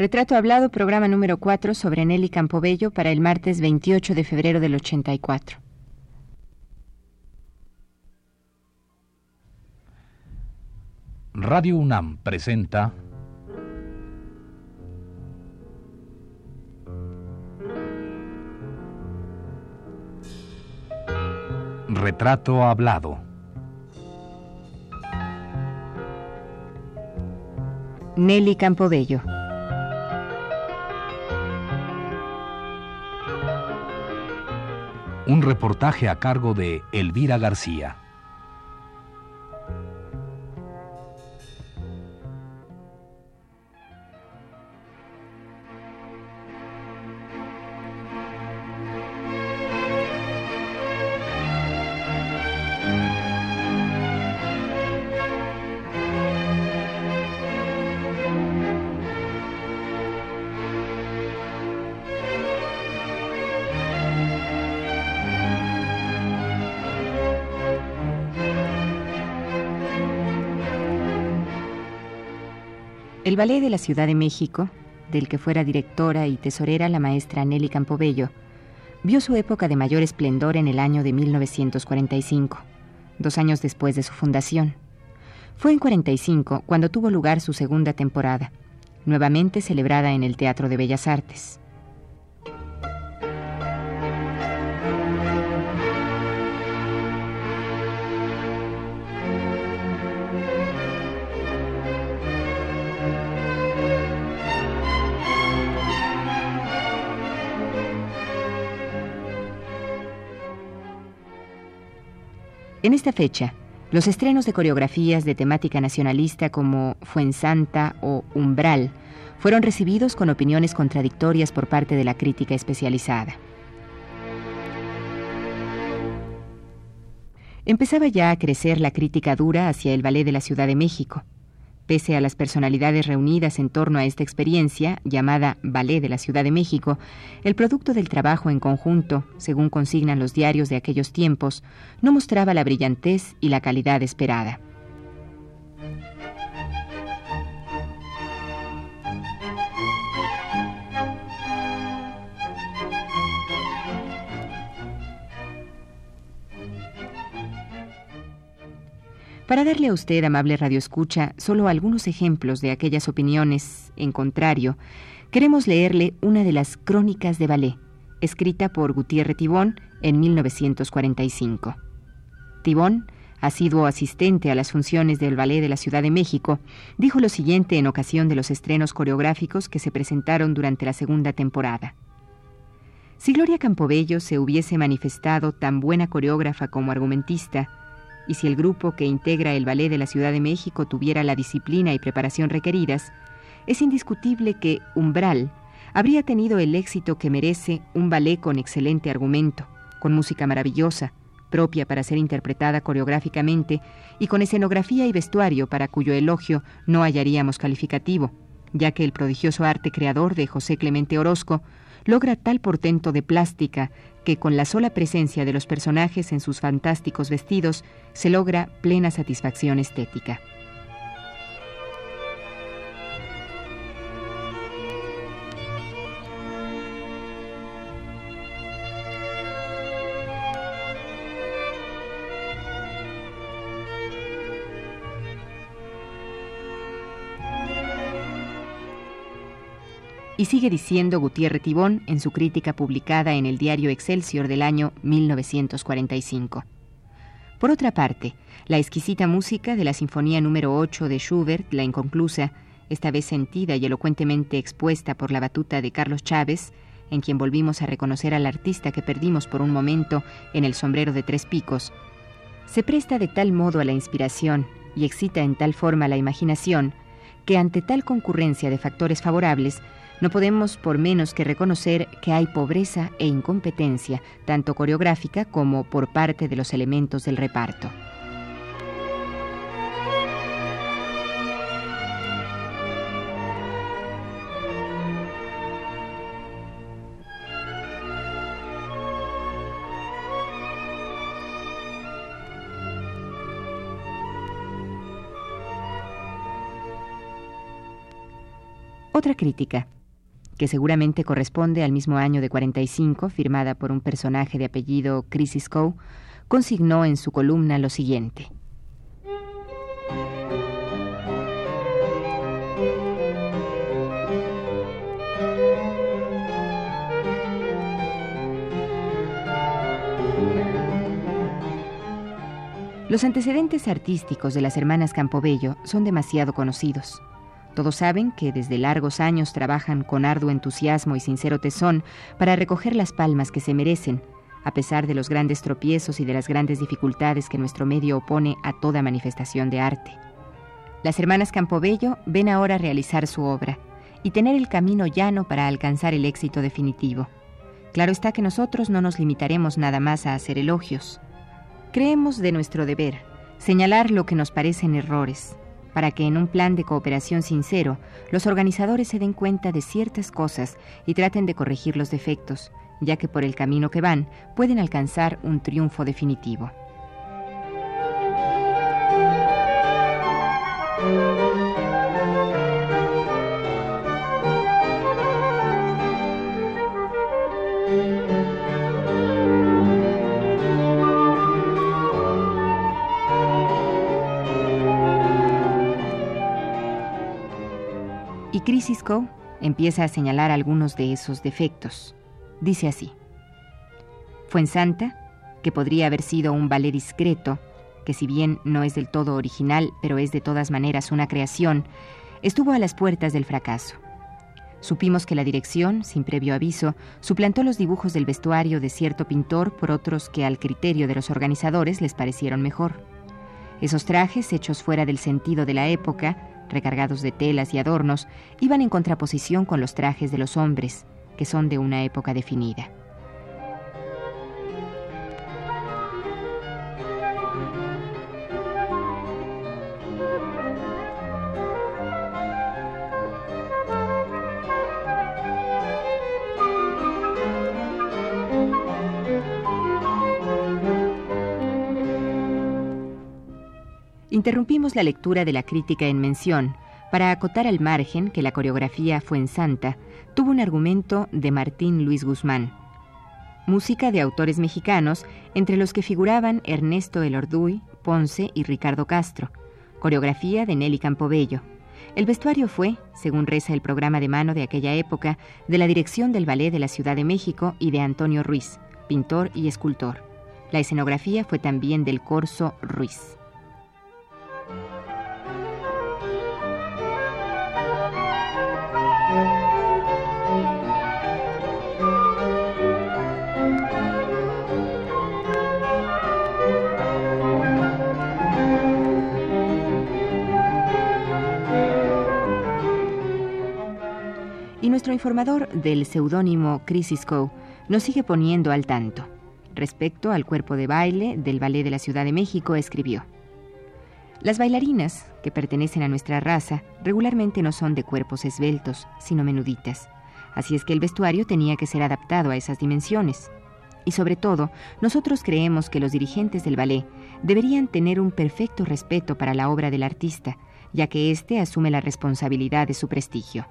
Retrato Hablado, programa número 4 sobre Nelly Campobello para el martes 28 de febrero del 84. Radio UNAM presenta Retrato Hablado. Nelly Campobello. Un reportaje a cargo de Elvira García. El Ballet de la Ciudad de México, del que fuera directora y tesorera la maestra Nelly Campobello, vio su época de mayor esplendor en el año de 1945, 2 años después de su fundación. Fue en 45 cuando tuvo lugar su segunda temporada, nuevamente celebrada en el Teatro de Bellas Artes. En esta fecha, los estrenos de coreografías de temática nacionalista como Fuensanta o Umbral fueron recibidos con opiniones contradictorias por parte de la crítica especializada. Empezaba ya a crecer la crítica dura hacia el Ballet de la Ciudad de México. Pese a las personalidades reunidas en torno a esta experiencia, llamada Ballet de la Ciudad de México, el producto del trabajo en conjunto, según consignan los diarios de aquellos tiempos, no mostraba la brillantez y la calidad esperada. Para darle a usted, amable radioescucha, solo algunos ejemplos de aquellas opiniones en contrario, queremos leerle una de las Crónicas de Ballet, escrita por Gutiérrez Tibón en 1945. Tibón, asiduo asistente a las funciones del Ballet de la Ciudad de México, dijo lo siguiente en ocasión de los estrenos coreográficos que se presentaron durante la segunda temporada. Si Gloria Campobello se hubiese manifestado tan buena coreógrafa como argumentista, y si el grupo que integra el Ballet de la Ciudad de México tuviera la disciplina y preparación requeridas, es indiscutible que Umbral habría tenido el éxito que merece un ballet con excelente argumento, con música maravillosa, propia para ser interpretada coreográficamente y con escenografía y vestuario para cuyo elogio no hallaríamos calificativo, ya que el prodigioso arte creador de José Clemente Orozco logra tal portento de plástica que con la sola presencia de los personajes en sus fantásticos vestidos se logra plena satisfacción estética. Y sigue diciendo Gutiérrez Tibón en su crítica publicada en el diario Excelsior del año 1945. Por otra parte, la exquisita música de la Sinfonía número 8 de Schubert, la inconclusa, esta vez sentida y elocuentemente expuesta por la batuta de Carlos Chávez, en quien volvimos a reconocer al artista que perdimos por un momento en el Sombrero de 3 picos, se presta de tal modo a la inspiración y excita en tal forma la imaginación que ante tal concurrencia de factores favorables no podemos por menos que reconocer que hay pobreza e incompetencia, tanto coreográfica como por parte de los elementos del reparto. Otra crítica, que seguramente corresponde al mismo año de 45, firmada por un personaje de apellido Cricisco, consignó en su columna lo siguiente: los antecedentes artísticos de las hermanas Campobello son demasiado conocidos. Todos saben que desde largos años trabajan con arduo entusiasmo y sincero tesón para recoger las palmas que se merecen, a pesar de los grandes tropiezos y de las grandes dificultades que nuestro medio opone a toda manifestación de arte. Las hermanas Campobello ven ahora realizar su obra y tener el camino llano para alcanzar el éxito definitivo. Claro está que nosotros no nos limitaremos nada más a hacer elogios. Creemos de nuestro deber señalar lo que nos parecen errores, para que en un plan de cooperación sincero los organizadores se den cuenta de ciertas cosas y traten de corregir los defectos, ya que por el camino que van pueden alcanzar un triunfo definitivo. Y Cricisco empieza a señalar algunos de esos defectos. Dice así: Fuensanta, que podría haber sido un ballet discreto, que si bien no es del todo original, pero es de todas maneras una creación, estuvo a las puertas del fracaso. Supimos que la dirección, sin previo aviso, suplantó los dibujos del vestuario de cierto pintor por otros que al criterio de los organizadores les parecieron mejor. Esos trajes, hechos fuera del sentido de la época, recargados de telas y adornos, iban en contraposición con los trajes de los hombres, que son de una época definida. Interrumpimos la lectura de la crítica en mención para acotar al margen que la coreografía Fuensanta tuvo un argumento de Martín Luis Guzmán. Música de autores mexicanos, entre los que figuraban Ernesto Elorduy, Ponce y Ricardo Castro. Coreografía de Nelly Campobello. El vestuario fue, según reza el programa de mano de aquella época, de la dirección del Ballet de la Ciudad de México y de Antonio Ruiz, pintor y escultor. La escenografía fue también del Corso Ruiz. Y nuestro informador del seudónimo Cricisco nos sigue poniendo al tanto. Respecto al cuerpo de baile del Ballet de la Ciudad de México, escribió: Las bailarinas, que pertenecen a nuestra raza, regularmente no son de cuerpos esbeltos, sino menuditas. Así es que el vestuario tenía que ser adaptado a esas dimensiones. Y sobre todo, nosotros creemos que los dirigentes del ballet deberían tener un perfecto respeto para la obra del artista, ya que éste asume la responsabilidad de su prestigio.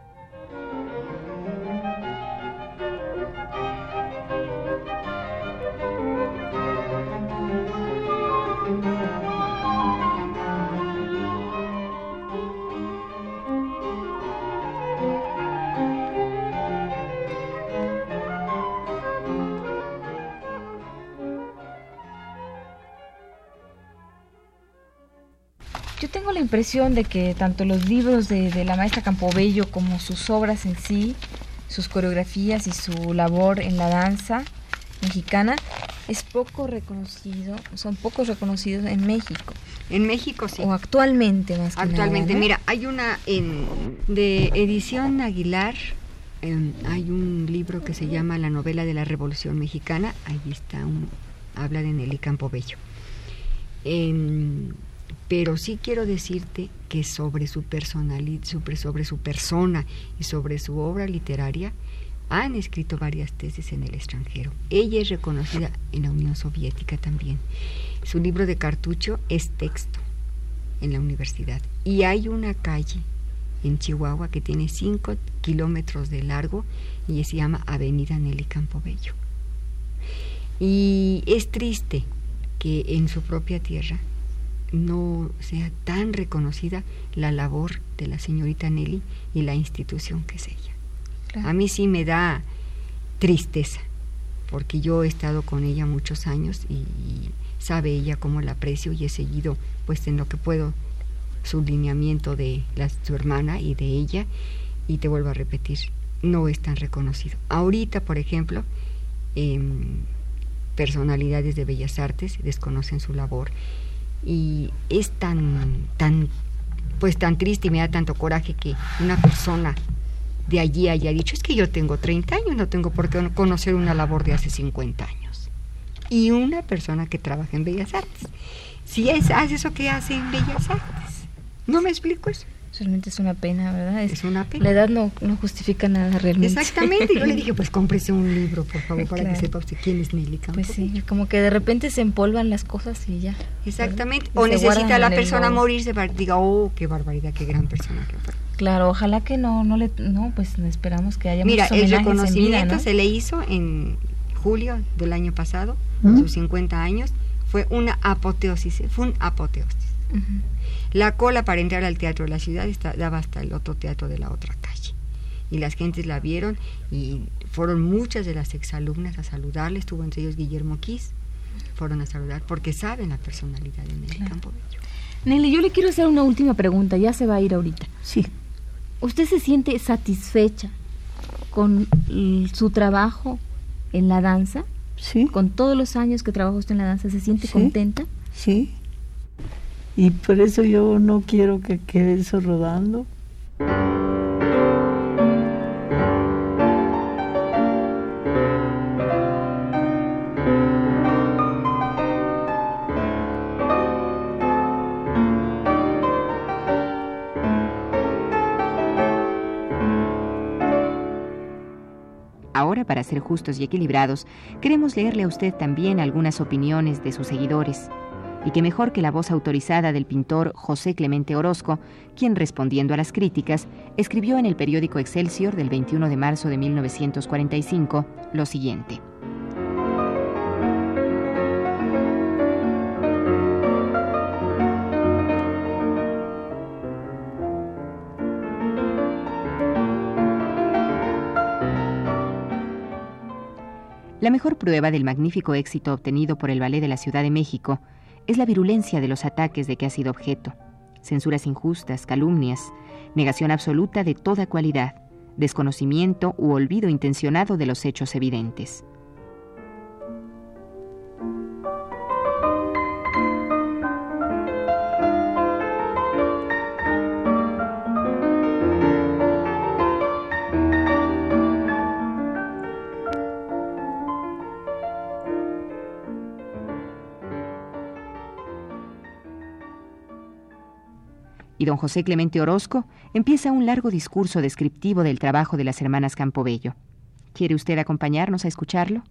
Yo tengo la impresión de que tanto los libros de la maestra Campobello como sus obras en sí, sus coreografías y su labor en la danza mexicana son poco reconocidos en México. En México sí. O actualmente más que Actualmente, nada, ¿no? mira, hay una de Edición Aguilar, hay un libro que se llama La novela de la Revolución Mexicana, ahí está, habla de Nelly Campobello. Pero sí quiero decirte que sobre su personalidad, sobre su persona y sobre su obra literaria, han escrito varias tesis en el extranjero. Ella es reconocida en la Unión Soviética también. Su libro de cartucho es texto en la universidad. Y hay una calle en Chihuahua que tiene 5 kilómetros de largo y se llama Avenida Nelly Campobello. Y es triste que en su propia tierra no sea tan reconocida la labor de la señorita Nelly y la institución que es ella. Claro. A mí sí me da tristeza, porque yo he estado con ella muchos años y sabe ella cómo la aprecio, y he seguido pues en lo que puedo su lineamiento de su hermana y de ella, y te vuelvo a repetir, no es tan reconocido. Ahorita, por ejemplo, personalidades de Bellas Artes desconocen su labor, y es tan triste, y me da tanto coraje que una persona de allí haya dicho, es que yo tengo 30 años, no tengo por qué conocer una labor de hace 50 años. Y una persona que trabaja en Bellas Artes, si hace eso que hace en Bellas Artes, ¿no me explico eso? Realmente es una pena, ¿verdad? Es una pena. La edad no justifica nada realmente. Exactamente. Yo le dije, pues cómprese un libro, por favor, para claro. que sepa usted quién es Nelly Campobello. Pues sí, como que de repente se empolvan las cosas y ya. Exactamente. O necesita la persona morirse para que diga, oh, qué barbaridad, qué gran persona que fue. Claro, ojalá que no, pues esperamos que haya muchos homenajes. Mira, el reconocimiento en vida, ¿no? se le hizo en julio del año pasado, sus 50 años, fue una apoteosis, La cola para entrar al Teatro de la Ciudad daba hasta el otro teatro de la otra calle. Y las gentes la vieron y fueron muchas de las exalumnas a saludarle, estuvo entre ellos Guillermo Kiss, fueron a saludar porque saben la personalidad de Nelly Campobello. Nelly, yo le quiero hacer una última pregunta, ya se va a ir ahorita. Sí. ¿Usted se siente satisfecha con su trabajo en la danza? Sí. Con todos los años que trabajó usted en la danza, ¿se siente contenta? Sí. Y por eso yo no quiero que quede eso rodando. Ahora, para ser justos y equilibrados, queremos leerle a usted también algunas opiniones de sus seguidores. Y qué mejor que la voz autorizada del pintor José Clemente Orozco, quien, respondiendo a las críticas, escribió en el periódico Excelsior del 21 de marzo de 1945 lo siguiente. La mejor prueba del magnífico éxito obtenido por el Ballet de la Ciudad de México es la virulencia de los ataques de que ha sido objeto. Censuras injustas, calumnias, negación absoluta de toda cualidad, desconocimiento u olvido intencionado de los hechos evidentes. Y don José Clemente Orozco empieza un largo discurso descriptivo del trabajo de las hermanas Campobello. ¿Quiere usted acompañarnos a escucharlo?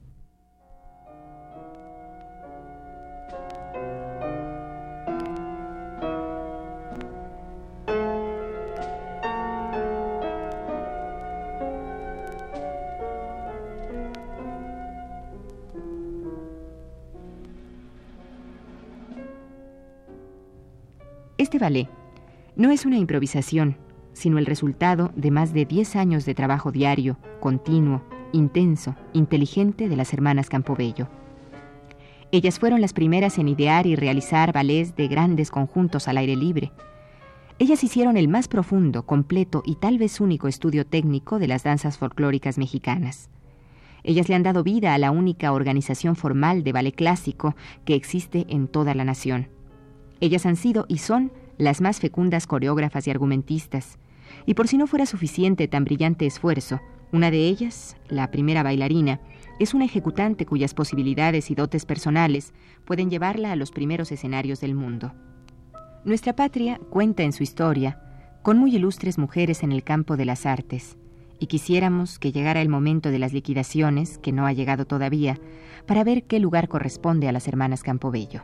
Este ballet no es una improvisación, sino el resultado de más de 10 años de trabajo diario, continuo, intenso, inteligente de las hermanas Campobello. Ellas fueron las primeras en idear y realizar ballets de grandes conjuntos al aire libre. Ellas hicieron el más profundo, completo y tal vez único estudio técnico de las danzas folclóricas mexicanas. Ellas le han dado vida a la única organización formal de ballet clásico que existe en toda la nación. Ellas han sido y son las más fecundas coreógrafas y argumentistas, y por si no fuera suficiente tan brillante esfuerzo, una de ellas, la primera bailarina, es una ejecutante cuyas posibilidades y dotes personales pueden llevarla a los primeros escenarios del mundo. Nuestra patria cuenta en su historia con muy ilustres mujeres en el campo de las artes, y quisiéramos que llegara el momento de las liquidaciones, que no ha llegado todavía, para ver qué lugar corresponde a las hermanas Campobello.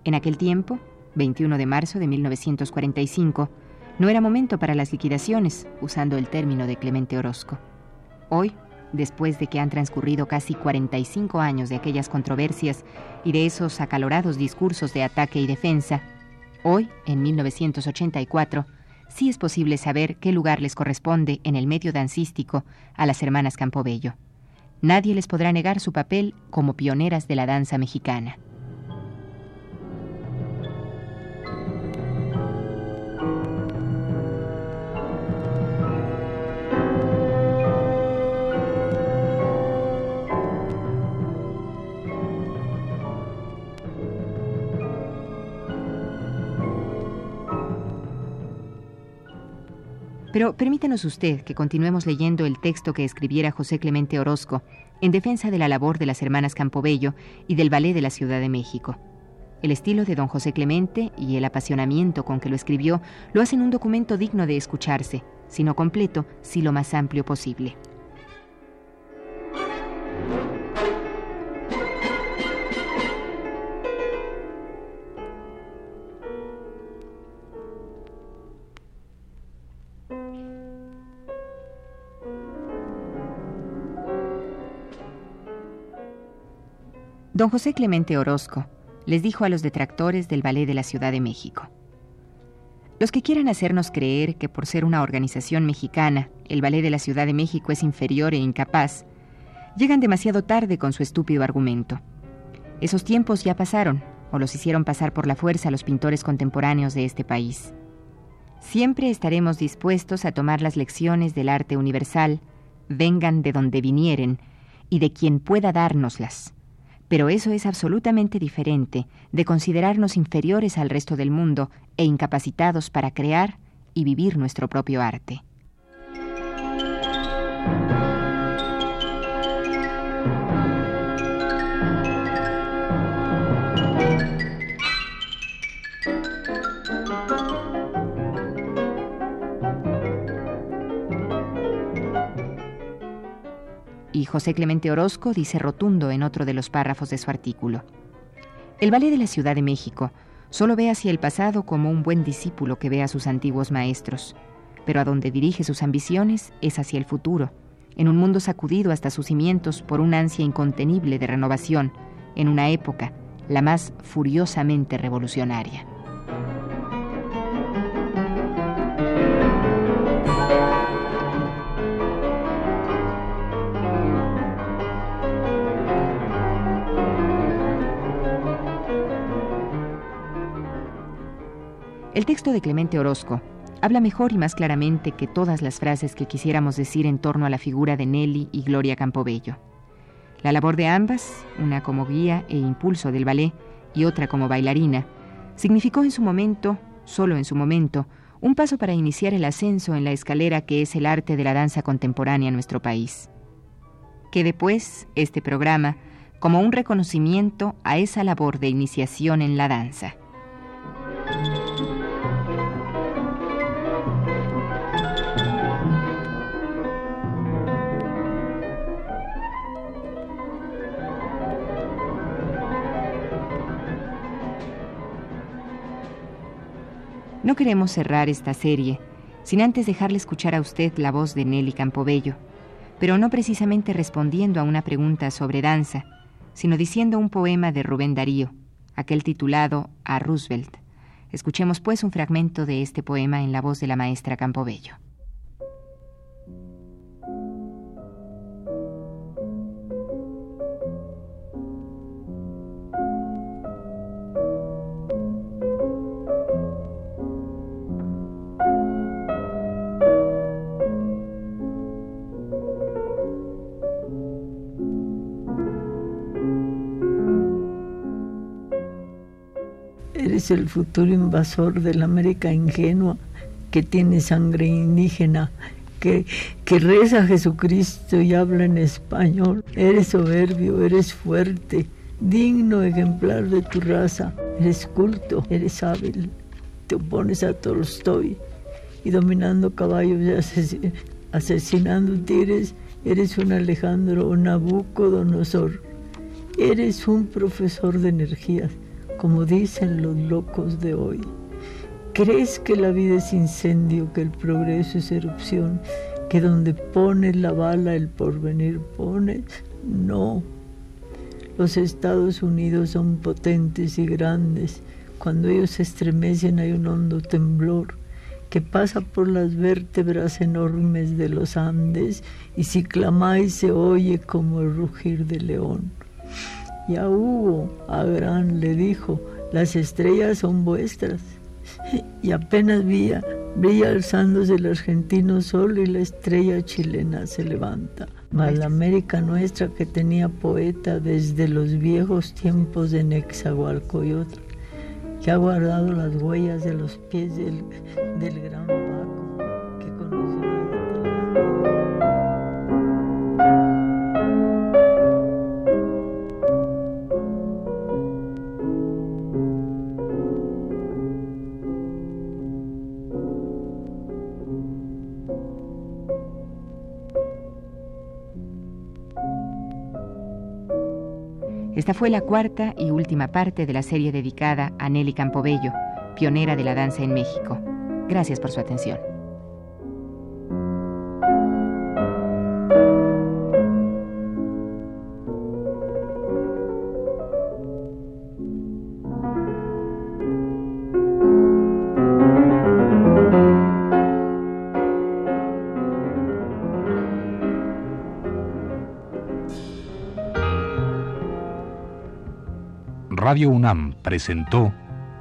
En aquel tiempo, 21 de marzo de 1945, no era momento para las liquidaciones, usando el término de Clemente Orozco. Hoy, después de que han transcurrido casi 45 años de aquellas controversias y de esos acalorados discursos de ataque y defensa, hoy, en 1984, sí es posible saber qué lugar les corresponde en el medio dancístico a las hermanas Campobello. Nadie les podrá negar su papel como pioneras de la danza mexicana. Pero permítanos usted que continuemos leyendo el texto que escribiera José Clemente Orozco en defensa de la labor de las hermanas Campobello y del Ballet de la Ciudad de México. El estilo de don José Clemente y el apasionamiento con que lo escribió lo hacen un documento digno de escucharse, si no completo, si lo más amplio posible. Don José Clemente Orozco les dijo a los detractores del Ballet de la Ciudad de México: los que quieran hacernos creer que por ser una organización mexicana, el Ballet de la Ciudad de México es inferior e incapaz, llegan demasiado tarde con su estúpido argumento. Esos tiempos ya pasaron, o los hicieron pasar por la fuerza los pintores contemporáneos de este país. Siempre estaremos dispuestos a tomar las lecciones del arte universal, vengan de donde vinieren, y de quien pueda dárnoslas. Pero eso es absolutamente diferente de considerarnos inferiores al resto del mundo e incapacitados para crear y vivir nuestro propio arte. Y José Clemente Orozco dice rotundo en otro de los párrafos de su artículo: el Ballet de la Ciudad de México solo ve hacia el pasado como un buen discípulo que ve a sus antiguos maestros, pero a donde dirige sus ambiciones es hacia el futuro, en un mundo sacudido hasta sus cimientos por una ansia incontenible de renovación, en una época la más furiosamente revolucionaria. El texto de Clemente Orozco habla mejor y más claramente que todas las frases que quisiéramos decir en torno a la figura de Nelly y Gloria Campobello. La labor de ambas, una como guía e impulso del ballet y otra como bailarina, significó en su momento, solo en su momento, un paso para iniciar el ascenso en la escalera que es el arte de la danza contemporánea en nuestro país. Quede, pues, este programa como un reconocimiento a esa labor de iniciación en la danza. No queremos cerrar esta serie sin antes dejarle escuchar a usted la voz de Nelly Campobello, pero no precisamente respondiendo a una pregunta sobre danza, sino diciendo un poema de Rubén Darío, aquel titulado A Roosevelt. Escuchemos pues un fragmento de este poema en la voz de la maestra Campobello. Eres el futuro invasor de la América ingenua que tiene sangre indígena, que reza a Jesucristo y habla en español. Eres soberbio, eres fuerte, digno ejemplar de tu raza. Eres culto, eres hábil. Te opones a Tolstoy y dominando caballos y asesinando tigres, eres un Alejandro Nabucodonosor. Eres un profesor de energías, como dicen los locos de hoy. ¿Crees que la vida es incendio, que el progreso es erupción, que donde pones la bala el porvenir pones? No. Los Estados Unidos son potentes y grandes. Cuando ellos se estremecen hay un hondo temblor que pasa por las vértebras enormes de los Andes, y si clamáis se oye como el rugir de león. Y a Hugo Agrán le dijo: las estrellas son vuestras. Y apenas brilla alzándose el argentino sol y la estrella chilena se levanta. Mas la América nuestra, que tenía poeta desde los viejos tiempos de Nezahualcóyotl, que ha guardado las huellas de los pies del gran Paco, que conoció Esta fue la cuarta y última parte de la serie dedicada a Nelly Campobello, pionera de la danza en México. Gracias por su atención. Radio UNAM presentó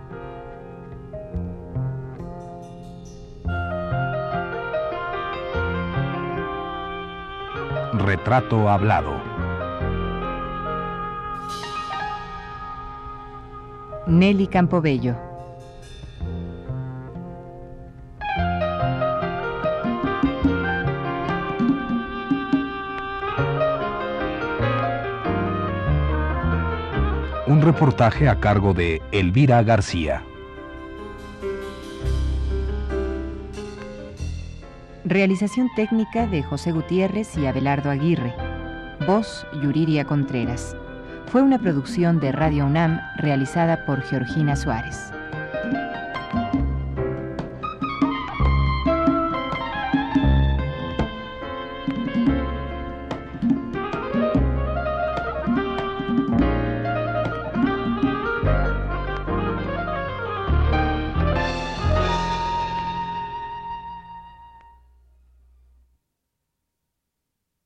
Retrato Hablado. Nelly Campobello. Un reportaje a cargo de Elvira García. Realización técnica de José Gutiérrez y Abelardo Aguirre. Voz Yuriria Contreras. Fue una producción de Radio UNAM realizada por Georgina Suárez.